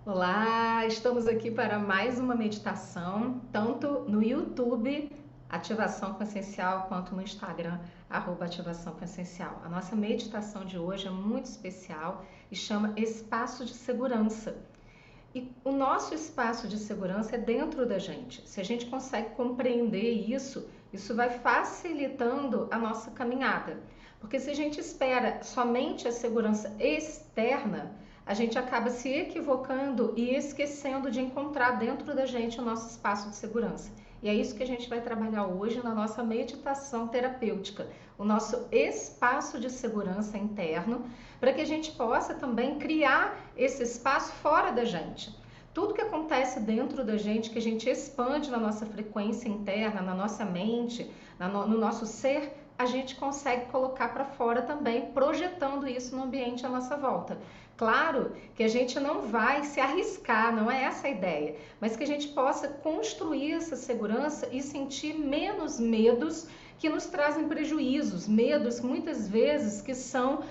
Olá, estamos aqui para mais uma meditação, tanto no YouTube, Ativação Consciencial, quanto no Instagram, @Ativação Consciencial. A nossa meditação de hoje é muito especial e chama Espaço de Segurança. E o nosso espaço de segurança é dentro da gente. Se a gente consegue compreender isso, isso vai facilitando a nossa caminhada. Porque se a gente espera somente a segurança externa, a gente acaba se equivocando e esquecendo de encontrar dentro da gente o nosso espaço de segurança. E é isso que a gente vai trabalhar hoje na nossa meditação terapêutica, o nosso espaço de segurança interno, para que a gente possa também criar esse espaço fora da gente. Tudo que acontece dentro da gente, que a gente expande na nossa frequência interna, na nossa mente, no nosso ser, a gente consegue colocar para fora também, projetando isso no ambiente à nossa volta. Claro que a gente não vai se arriscar, não é essa a ideia, mas que a gente possa construir essa segurança e sentir menos medos que nos trazem prejuízos, medos muitas vezes que são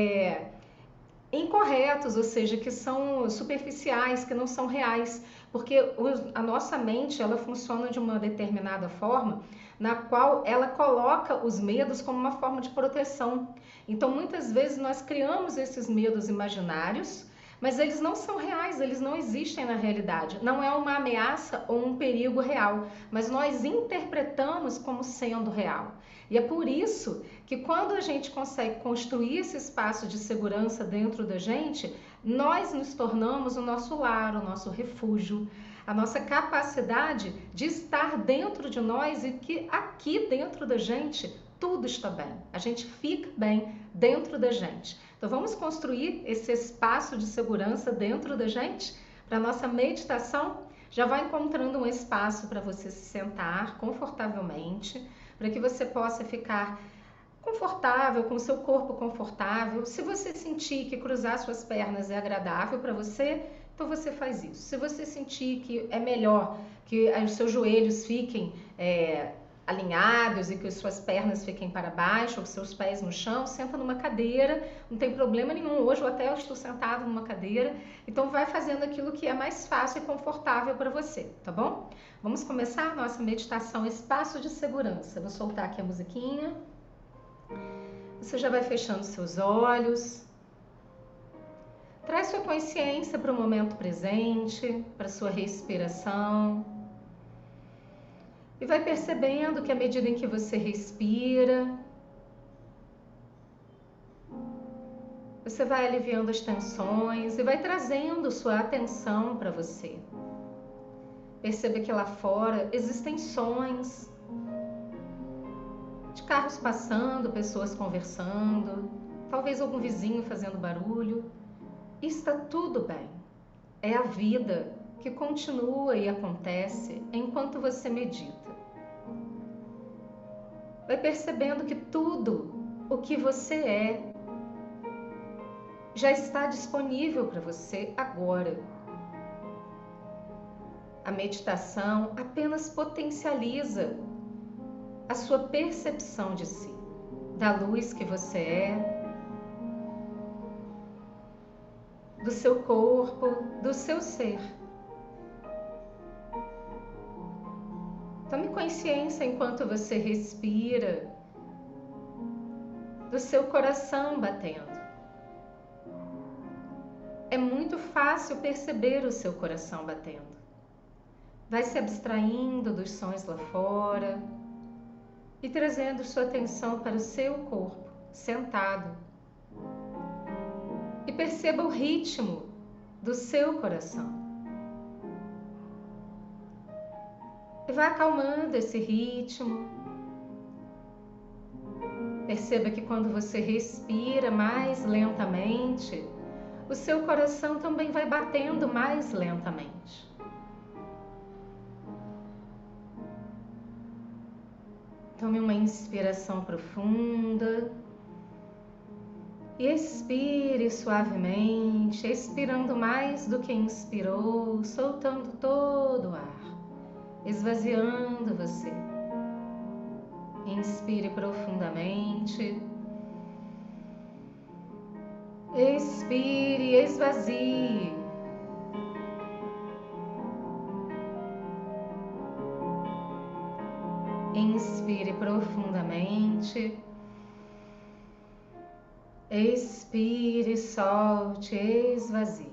incorretos, ou seja, que são superficiais, que não são reais, porque a nossa mente ela funciona de uma determinada forma na qual ela coloca os medos como uma forma de proteção. Então, muitas vezes nós criamos esses medos imaginários, mas eles não são reais, eles não existem na realidade. Não é uma ameaça ou um perigo real, mas nós interpretamos como sendo real. E é por isso que quando a gente consegue construir esse espaço de segurança dentro da gente, nós nos tornamos o nosso lar, o nosso refúgio, a nossa capacidade de estar dentro de nós e que aqui dentro da gente tudo está bem. A gente fica bem dentro da gente. Então vamos construir esse espaço de segurança dentro da gente para a nossa meditação. Já vai encontrando um espaço para você se sentar confortavelmente, para que você possa ficar confortável, com o seu corpo confortável. Se você sentir que cruzar suas pernas é agradável para você, então você faz isso. Se você sentir que é melhor que os seus joelhos fiquem alinhados e que as suas pernas fiquem para baixo, ou seus pés no chão, senta numa cadeira, não tem problema nenhum. Hoje eu até estou sentado numa cadeira, então vai fazendo aquilo que é mais fácil e confortável para você, tá bom? Vamos começar a nossa meditação Espaço de Segurança. Vou soltar aqui a musiquinha. Você já vai fechando seus olhos. Traz sua consciência para o momento presente, para a sua respiração. E vai percebendo que à medida em que você respira, você vai aliviando as tensões e vai trazendo sua atenção para você. Perceba que lá fora existem sons de carros passando, pessoas conversando, talvez algum vizinho fazendo barulho. E está tudo bem. É a vida que continua e acontece enquanto você medita. Vai percebendo que tudo o que você é já está disponível para você agora. A meditação apenas potencializa a sua percepção de si, da luz que você é, do seu corpo, do seu ser. Tome consciência enquanto você respira, do seu coração batendo. É muito fácil perceber o seu coração batendo. Vai se abstraindo dos sons lá fora e trazendo sua atenção para o seu corpo, sentado. E perceba o ritmo do seu coração. E vai acalmando esse ritmo. Perceba que quando você respira mais lentamente, o seu coração também vai batendo mais lentamente. Tome uma inspiração profunda e expire suavemente, expirando mais do que inspirou, soltando todo o ar, esvaziando você. Inspire profundamente. Expire, esvazie. profundamente. Expire, solte, esvazie.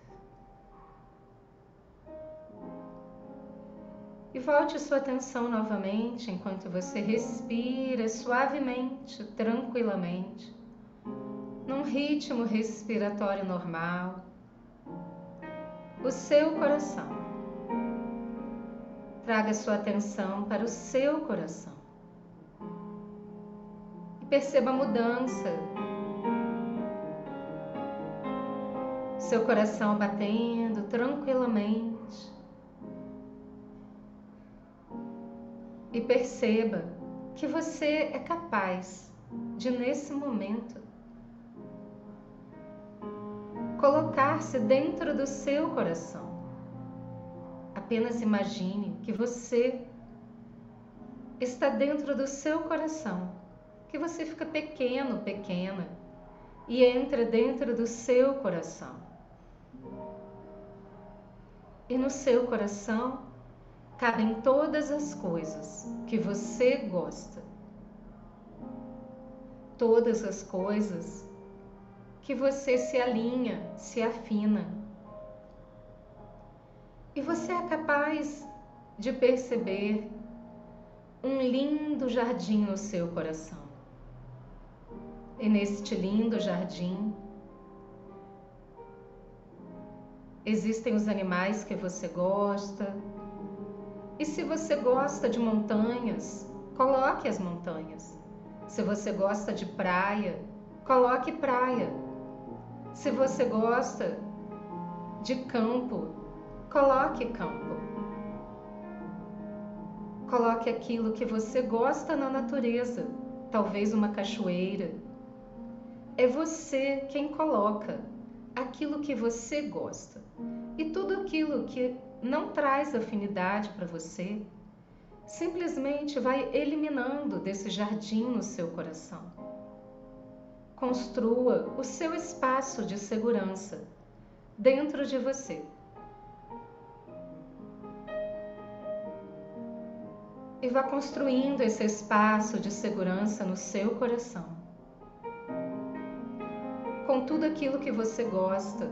E volte sua atenção novamente enquanto você respira suavemente, tranquilamente, num ritmo respiratório normal, o seu coração. Traga sua atenção para o seu coração e perceba a mudança. Seu coração batendo tranquilamente. E perceba que você é capaz de, nesse momento, colocar-se dentro do seu coração. Apenas imagine que você está dentro do seu coração, que você fica pequeno, pequena, e entra dentro do seu coração. E no seu coração cabem todas as coisas que você gosta. Todas as coisas que você se alinha, se afina. E você é capaz de perceber um lindo jardim no seu coração. E neste lindo jardim existem os animais que você gosta. E se você gosta de montanhas, coloque as montanhas. Se você gosta de praia, coloque praia. Se você gosta de campo, coloque campo. Coloque aquilo que você gosta na natureza, talvez uma cachoeira. É você quem coloca aquilo que você gosta. E tudo aquilo que não traz afinidade para você, simplesmente vai eliminando desse jardim no seu coração. Construa o seu espaço de segurança dentro de você. E vá construindo esse espaço de segurança no seu coração, com tudo aquilo que você gosta,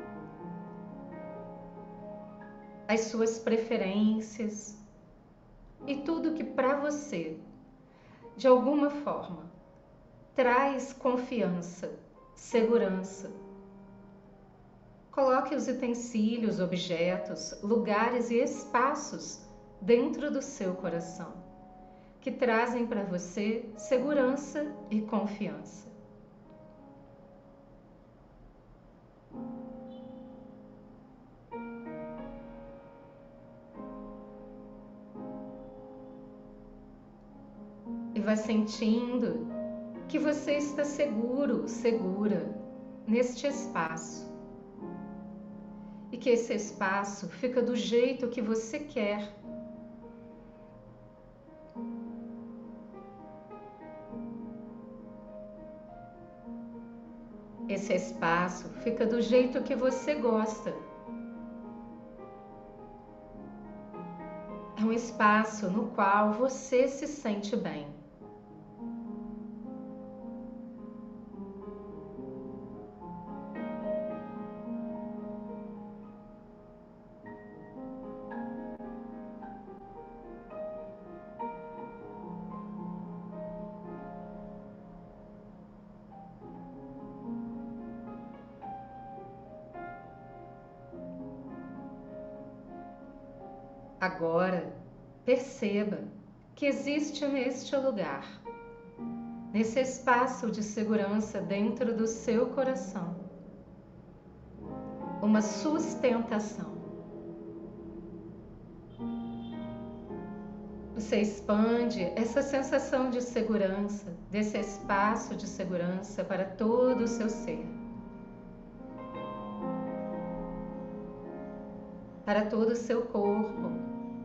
as suas preferências e tudo que para você, de alguma forma, traz confiança, segurança. Coloque os utensílios, objetos, lugares e espaços dentro do seu coração, que trazem para você segurança e confiança. E vai sentindo que você está seguro, segura neste espaço. E que esse espaço fica do jeito que você quer. Esse espaço fica do jeito que você gosta. É um espaço no qual você se sente bem. Agora, perceba que existe neste lugar, nesse espaço de segurança dentro do seu coração, uma sustentação. Você expande essa sensação de segurança, desse espaço de segurança para todo o seu ser, para todo o seu corpo,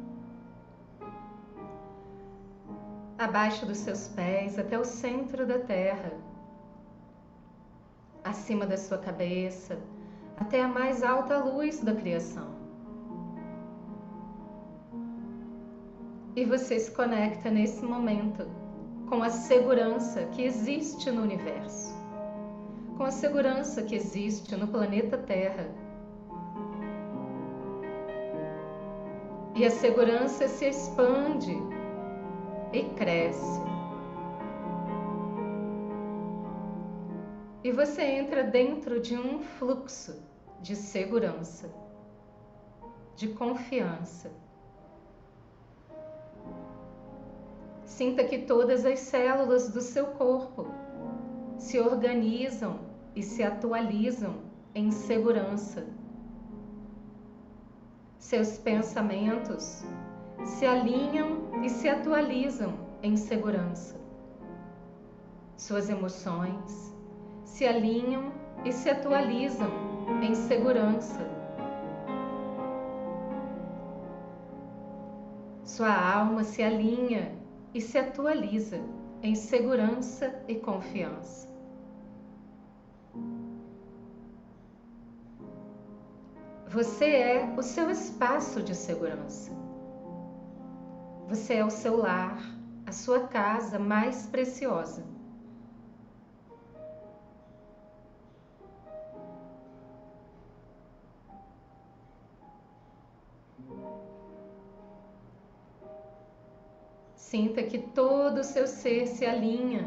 abaixo dos seus pés até o centro da terra, acima da sua cabeça, até a mais alta luz da criação. E você se conecta nesse momento com a segurança que existe no universo, com a segurança que existe no planeta Terra. E a segurança se expande e cresce. E você entra dentro de um fluxo de segurança, de confiança. Sinta que todas as células do seu corpo se organizam e se atualizam em segurança. Seus pensamentos se alinham e se atualizam em segurança. Suas emoções se alinham e se atualizam em segurança. Sua alma se alinha e se atualiza em segurança e confiança. Você é o seu espaço de segurança. Você é o seu lar, a sua casa mais preciosa. Sinta que todo o seu ser se alinha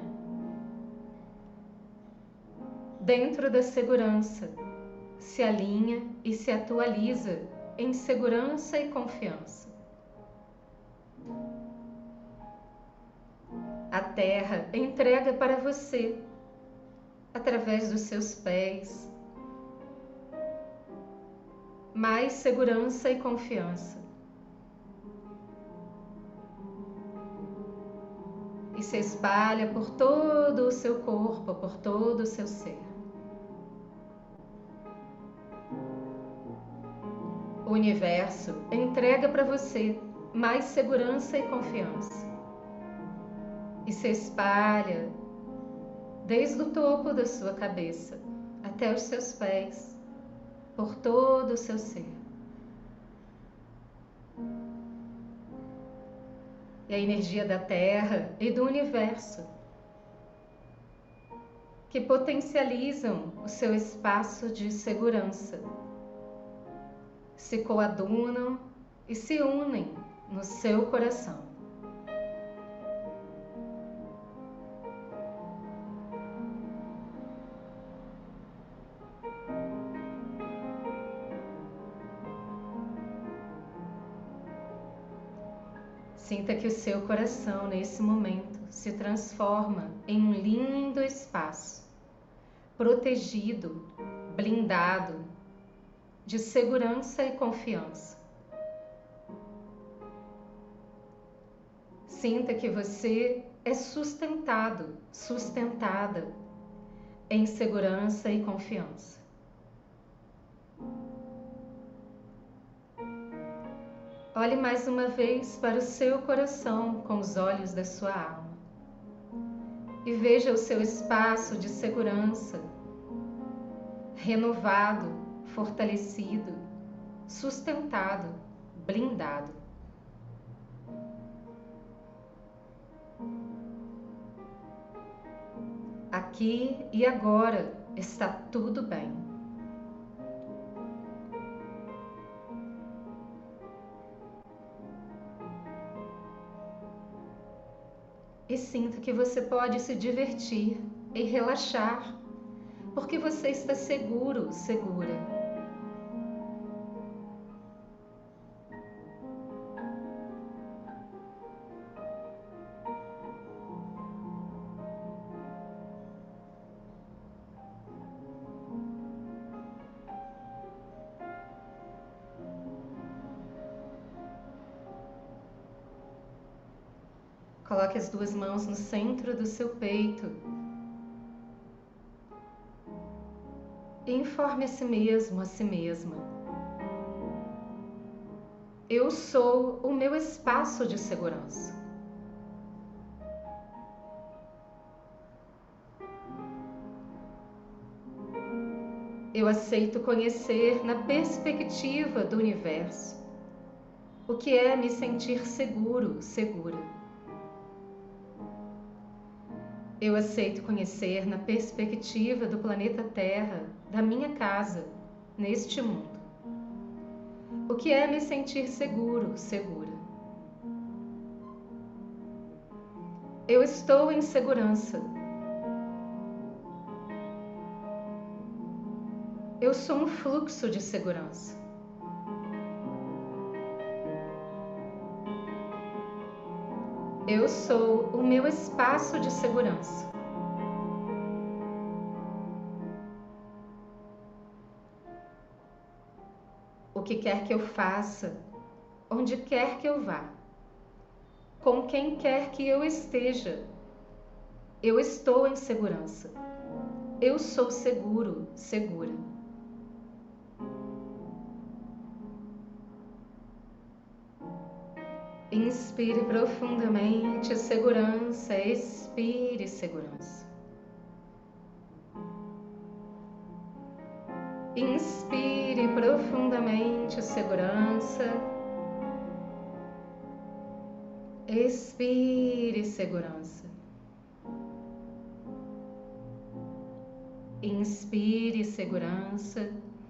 dentro da segurança, se alinha e se atualiza em segurança e confiança. A Terra entrega para você, através dos seus pés, mais segurança e confiança. E se espalha por todo o seu corpo, por todo o seu ser. O universo entrega para você mais segurança e confiança. E se espalha desde o topo da sua cabeça até os seus pés, por todo o seu ser. E a energia da Terra e do universo que potencializam o seu espaço de segurança se coadunam e se unem no seu coração. Sinta que o seu coração, nesse momento, se transforma em um lindo espaço, protegido, blindado, de segurança e confiança. Sinta que você é sustentado, sustentada em segurança e confiança. Olhe mais uma vez para o seu coração com os olhos da sua alma e veja o seu espaço de segurança renovado, fortalecido, sustentado, blindado. Aqui e agora está tudo bem. E sinta que você pode se divertir e relaxar, porque você está seguro, segura. Coloque as duas mãos no centro do seu peito e informe a si mesmo, a si mesma: eu sou o meu espaço de segurança. Eu aceito conhecer na perspectiva do universo O que é me sentir seguro, segura? Eu aceito conhecer na perspectiva do planeta Terra, da minha casa, neste mundo. O que é me sentir seguro, segura? Eu estou em segurança. Eu sou um fluxo de segurança. Eu sou o meu espaço de segurança. O que quer que eu faça, onde quer que eu vá, com quem quer que eu esteja, eu estou em segurança. Eu sou seguro, segura. Inspire profundamente segurança, expire segurança. Inspire profundamente segurança. Expire segurança. Inspire segurança.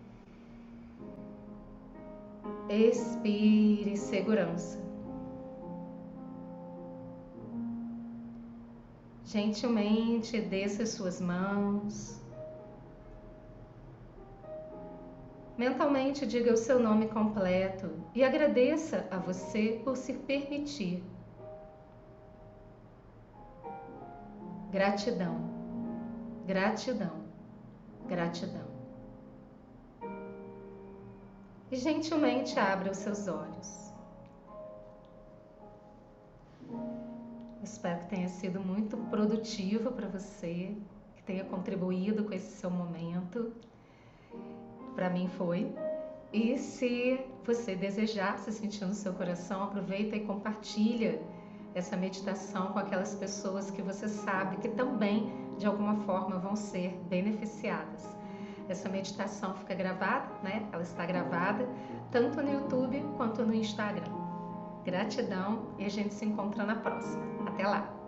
Expire segurança. Gentilmente desça suas mãos. Mentalmente diga o seu nome completo e agradeça a você por se permitir. Gratidão, gratidão, gratidão. E gentilmente abra os seus olhos. Espero que tenha sido muito produtivo para você, que tenha contribuído com esse seu momento. Para mim foi. E se você desejar, se sentir no seu coração, aproveita e compartilha essa meditação com aquelas pessoas que você sabe que também, de alguma forma, vão ser beneficiadas. Essa meditação fica gravada, né? Ela está gravada tanto no YouTube quanto no Instagram. Gratidão e a gente se encontra na próxima. Até lá!